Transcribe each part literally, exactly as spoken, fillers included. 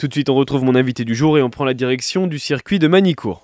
Tout de suite, on retrouve mon invité du jour et on prend la direction du circuit de Magny-Cours.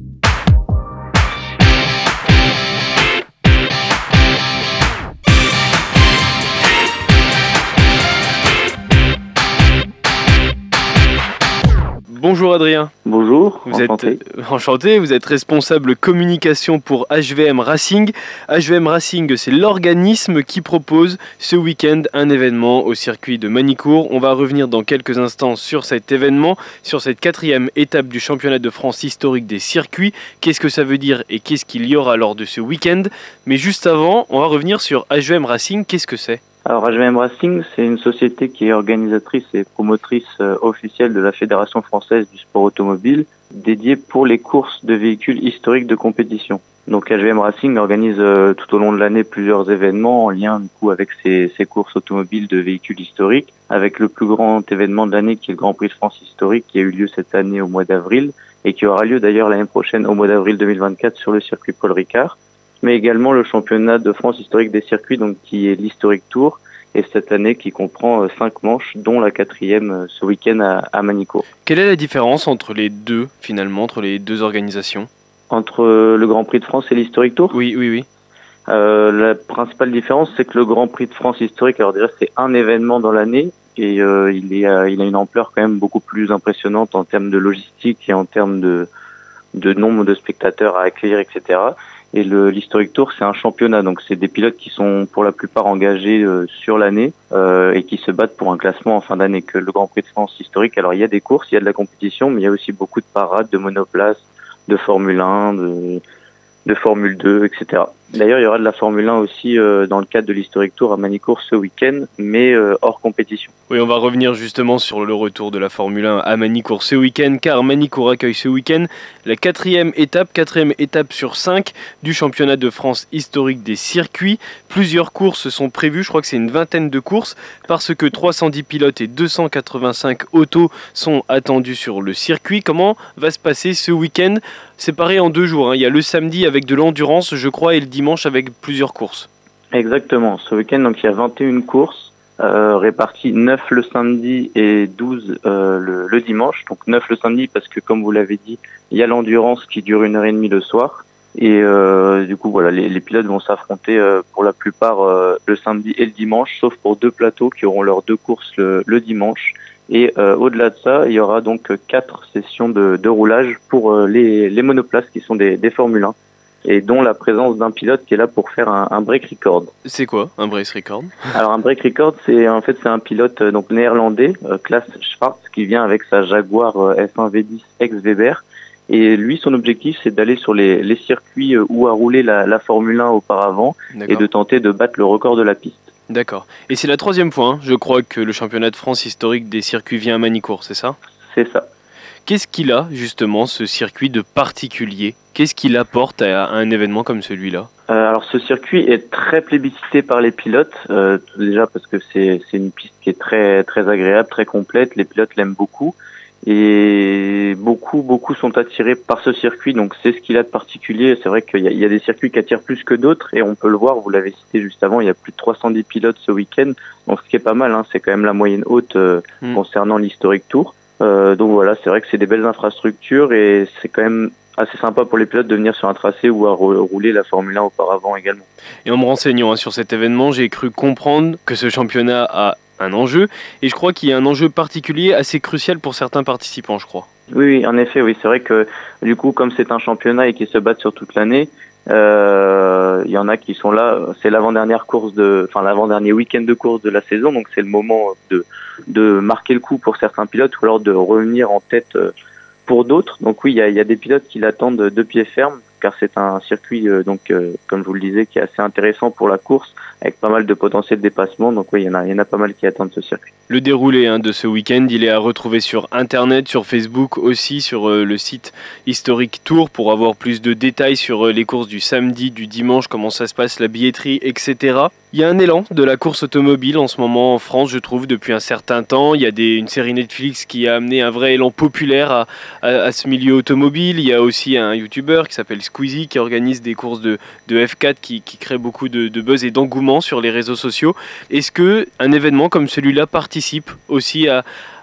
Bonjour Adrien. Bonjour, vous enchanté. Êtes, enchanté, vous êtes responsable communication pour H V M Racing. H V M Racing, c'est l'organisme qui propose ce week-end un événement au circuit de Magny-Cours. On va revenir dans quelques instants sur cet événement, sur cette quatrième étape du championnat de France historique des circuits. Qu'est-ce que ça veut dire et qu'est-ce qu'il y aura lors de ce week-end? Mais juste avant, on va revenir sur H V M Racing. Qu'est-ce que c'est? Alors H V M Racing, c'est une société qui est organisatrice et promotrice euh, officielle de la Fédération française du sport automobile, dédiée pour les courses de véhicules historiques de compétition. Donc H V M Racing organise euh, tout au long de l'année plusieurs événements en lien du coup avec ces, ces courses automobiles de véhicules historiques, avec le plus grand événement de l'année qui est le Grand Prix de France historique qui a eu lieu cette année au mois d'avril et qui aura lieu d'ailleurs l'année prochaine au mois d'avril deux mille vingt-quatre sur le circuit Paul Ricard, mais également le championnat de France historique des circuits, donc qui est l'Historic Tour, et cette année qui comprend euh, cinq manches, dont la quatrième euh, ce week-end à, à Magny-Cours. Quelle est la différence entre les deux, finalement, entre les deux organisations? Entre euh, le Grand Prix de France et l'Historic Tour? Oui, oui, oui. Euh, la principale différence, c'est que le Grand Prix de France historique, alors déjà c'est un événement dans l'année, et euh, il, est, euh, il a une ampleur quand même beaucoup plus impressionnante en termes de logistique et en termes de, de nombre de spectateurs à accueillir, et cetera. Et le l'Historic Tour, c'est un championnat, donc c'est des pilotes qui sont pour la plupart engagés euh, sur l'année euh, et qui se battent pour un classement en fin d'année. Que le Grand Prix de France historique, alors il y a des courses, il y a de la compétition, mais il y a aussi beaucoup de parades, de monoplaces, de Formule un, de, de Formule deux, et cetera. D'ailleurs, il y aura de la Formule un aussi euh, dans le cadre de l'Historic Tour à Magny-Cours ce week-end, mais euh, hors compétition. Oui, on va revenir justement sur le retour de la Formule un à Magny-Cours ce week-end, car Magny-Cours accueille ce week-end la quatrième étape, quatrième étape sur cinq du championnat de France historique des circuits. Plusieurs courses sont prévues, je crois que c'est une vingtaine de courses, parce que trois cent dix pilotes et deux cent quatre-vingt-cinq autos sont attendus sur le circuit. Comment va se passer ce week-end? Séparé en deux jours, hein. Il y a le samedi avec de l'endurance, je crois, et le dimanche avec plusieurs courses. Exactement, ce week-end donc il y a vingt et une courses, euh, réparties neuf le samedi et douze euh, le, le dimanche. Donc neuf le samedi parce que comme vous l'avez dit, il y a l'endurance qui dure une heure et demie le soir. Et euh, du coup voilà, les, les pilotes vont s'affronter euh, pour la plupart euh, le samedi et le dimanche, sauf pour deux plateaux qui auront leurs deux courses le, le dimanche. Et euh, au-delà de ça, il y aura donc quatre sessions de, de roulage pour euh, les, les monoplaces qui sont des, des Formule un. Et dont la présence d'un pilote qui est là pour faire un, un break record. C'est quoi un break record? Alors un break record, c'est en fait c'est un pilote euh, donc néerlandais, euh, Klaas Schwartz, qui vient avec sa Jaguar euh, F un V dix ex-Weber. Et lui, son objectif, c'est d'aller sur les, les circuits euh, où a roulé la, la Formule un auparavant et de tenter de battre le record de la piste. D'accord. Et c'est la troisième fois, hein, je crois, que le championnat de France historique des circuits vient à Magny-Cours, c'est ça? C'est ça. Qu'est-ce qu'il a, justement, ce circuit de particulier? Qu'est-ce qu'il apporte à un événement comme celui-là? euh, Alors, ce circuit est très plébiscité par les pilotes, euh, déjà parce que c'est c'est une piste qui est très très agréable, très complète. Les pilotes l'aiment beaucoup et beaucoup beaucoup sont attirés par ce circuit. Donc, c'est ce qu'il a de particulier. C'est vrai qu'il y a, il y a des circuits qui attirent plus que d'autres et on peut le voir. Vous l'avez cité juste avant. Il y a plus de trois cent dix pilotes ce week-end. Donc, ce qui est pas mal, hein, c'est quand même la moyenne haute euh, mmh. concernant l'Historic Tour. Euh, donc voilà, c'est vrai que c'est des belles infrastructures et c'est quand même assez sympa pour les pilotes de venir sur un tracé où a roulé la Formule un auparavant également. Et en me renseignant hein, sur cet événement, j'ai cru comprendre que ce championnat a un enjeu et je crois qu'il y a un enjeu particulier assez crucial pour certains participants, je crois. Oui, oui, en effet, oui, c'est vrai que du coup, comme c'est un championnat et qu'ils se battent sur toute l'année, euh, il y en a qui sont là, c'est l'avant-dernière course de, enfin l'avant-dernier week-end de course de la saison, donc c'est le moment de de marquer le coup pour certains pilotes ou alors de revenir en tête pour d'autres. Donc oui, il y a, il y a des pilotes qui l'attendent de pied ferme, car c'est un circuit, euh, donc euh, comme je vous le disais, qui est assez intéressant pour la course, avec pas mal de potentiel de dépassement. Donc oui, il y en a, il y en a pas mal qui attendent ce circuit. Le déroulé hein, de ce week-end, il est à retrouver sur Internet, sur Facebook, aussi sur euh, le site Historic Tour pour avoir plus de détails sur euh, les courses du samedi, du dimanche, comment ça se passe, la billetterie, et cetera. Il y a un élan de la course automobile en ce moment en France, je trouve, depuis un certain temps. Il y a des, une série Netflix qui a amené un vrai élan populaire à, à, à ce milieu automobile. Il y a aussi un YouTuber qui s'appelle Squeezie qui organise des courses de, de F quatre qui, qui crée beaucoup de, de buzz et d'engouement sur les réseaux sociaux. Est-ce qu'un événement comme celui-là participe aussi à,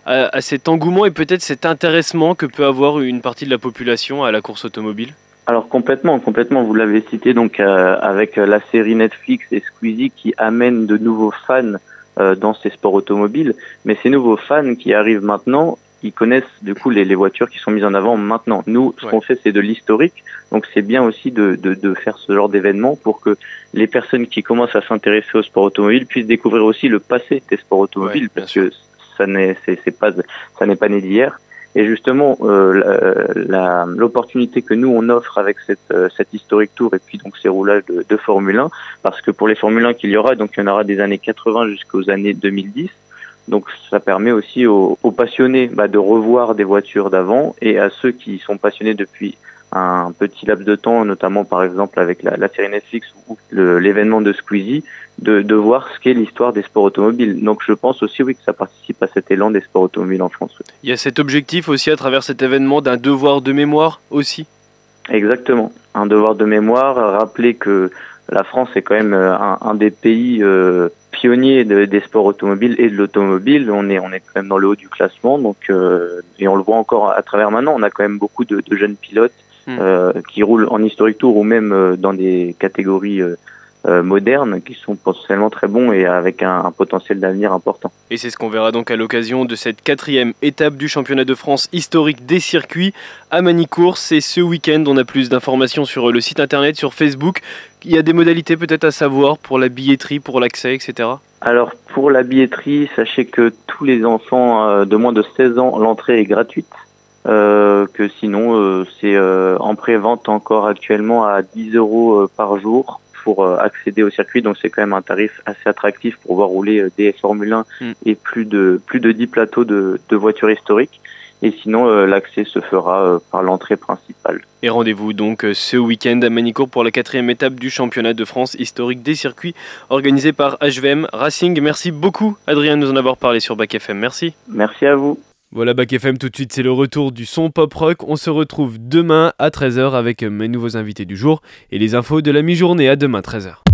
à, à cet engouement et peut-être cet intéressement que peut avoir une partie de la population à la course automobile? Alors complètement, complètement. Vous l'avez cité donc euh, avec la série Netflix et Squeezie qui amènent de nouveaux fans euh, dans ces sports automobiles. Mais ces nouveaux fans qui arrivent maintenant, ils connaissent du coup les, les voitures qui sont mises en avant maintenant. Nous, ce ouais. qu'on fait, c'est de l'historique. Donc c'est bien aussi de, de, de faire ce genre d'événement pour que les personnes qui commencent à s'intéresser au sport automobile puissent découvrir aussi le passé des sports automobiles, ouais, parce sûr. que ça n'est c'est, c'est pas ça n'est pas né d'hier. Et justement, euh, la, l'opportunité que nous on offre avec cette euh, cette historique tour et puis donc ces roulages de, de Formule un, parce que pour les Formule un qu'il y aura, donc il y en aura des années quatre-vingts jusqu'aux années deux mille dix. Donc ça permet aussi aux, aux passionnés bah, de revoir des voitures d'avant, et à ceux qui sont passionnés depuis un petit laps de temps, notamment par exemple avec la, la série Netflix ou le, l'événement de Squeezie, de, de voir ce qu'est l'histoire des sports automobiles. Donc je pense aussi oui que ça participe à cet élan des sports automobiles en France. Oui. Il y a cet objectif aussi à travers cet événement d'un devoir de mémoire aussi. Exactement, un devoir de mémoire, rappeler que la France est quand même un, un des pays euh, pionniers de, des sports automobiles et de l'automobile. On est, on est quand même dans le haut du classement, donc euh, et on le voit encore à travers maintenant. On a quand même beaucoup de, de jeunes pilotes mmh. euh, qui roulent en historique tour ou même euh, dans des catégories euh, euh, modernes qui sont potentiellement très bons et avec un, un potentiel d'avenir important. Et c'est ce qu'on verra donc à l'occasion de cette quatrième étape du championnat de France historique des circuits à Manicourt. C'est ce week-end. On a plus d'informations sur le site internet, sur Facebook. Il y a des modalités peut-être à savoir pour la billetterie, pour l'accès, et cetera. Alors pour la billetterie, sachez que tous les enfants euh, de moins de seize ans, l'entrée est gratuite. Euh, que sinon euh, c'est euh, en pré-vente encore actuellement à dix euros par jour pour euh, accéder au circuit. Donc c'est quand même un tarif assez attractif pour voir rouler euh, des Formule un mm. et plus de plus de dix plateaux de, de voitures historiques. Et sinon, euh, l'accès se fera euh, par l'entrée principale. Et rendez-vous donc euh, ce week-end à Manicourt pour la quatrième étape du championnat de France historique des circuits organisé par H V M Racing. Merci beaucoup Adrien de nous en avoir parlé sur Bac F M. Merci. Merci à vous. Voilà Bac F M, tout de suite c'est le retour du son pop rock. On se retrouve demain à treize heures avec mes nouveaux invités du jour et les infos de la mi-journée. À demain treize heures.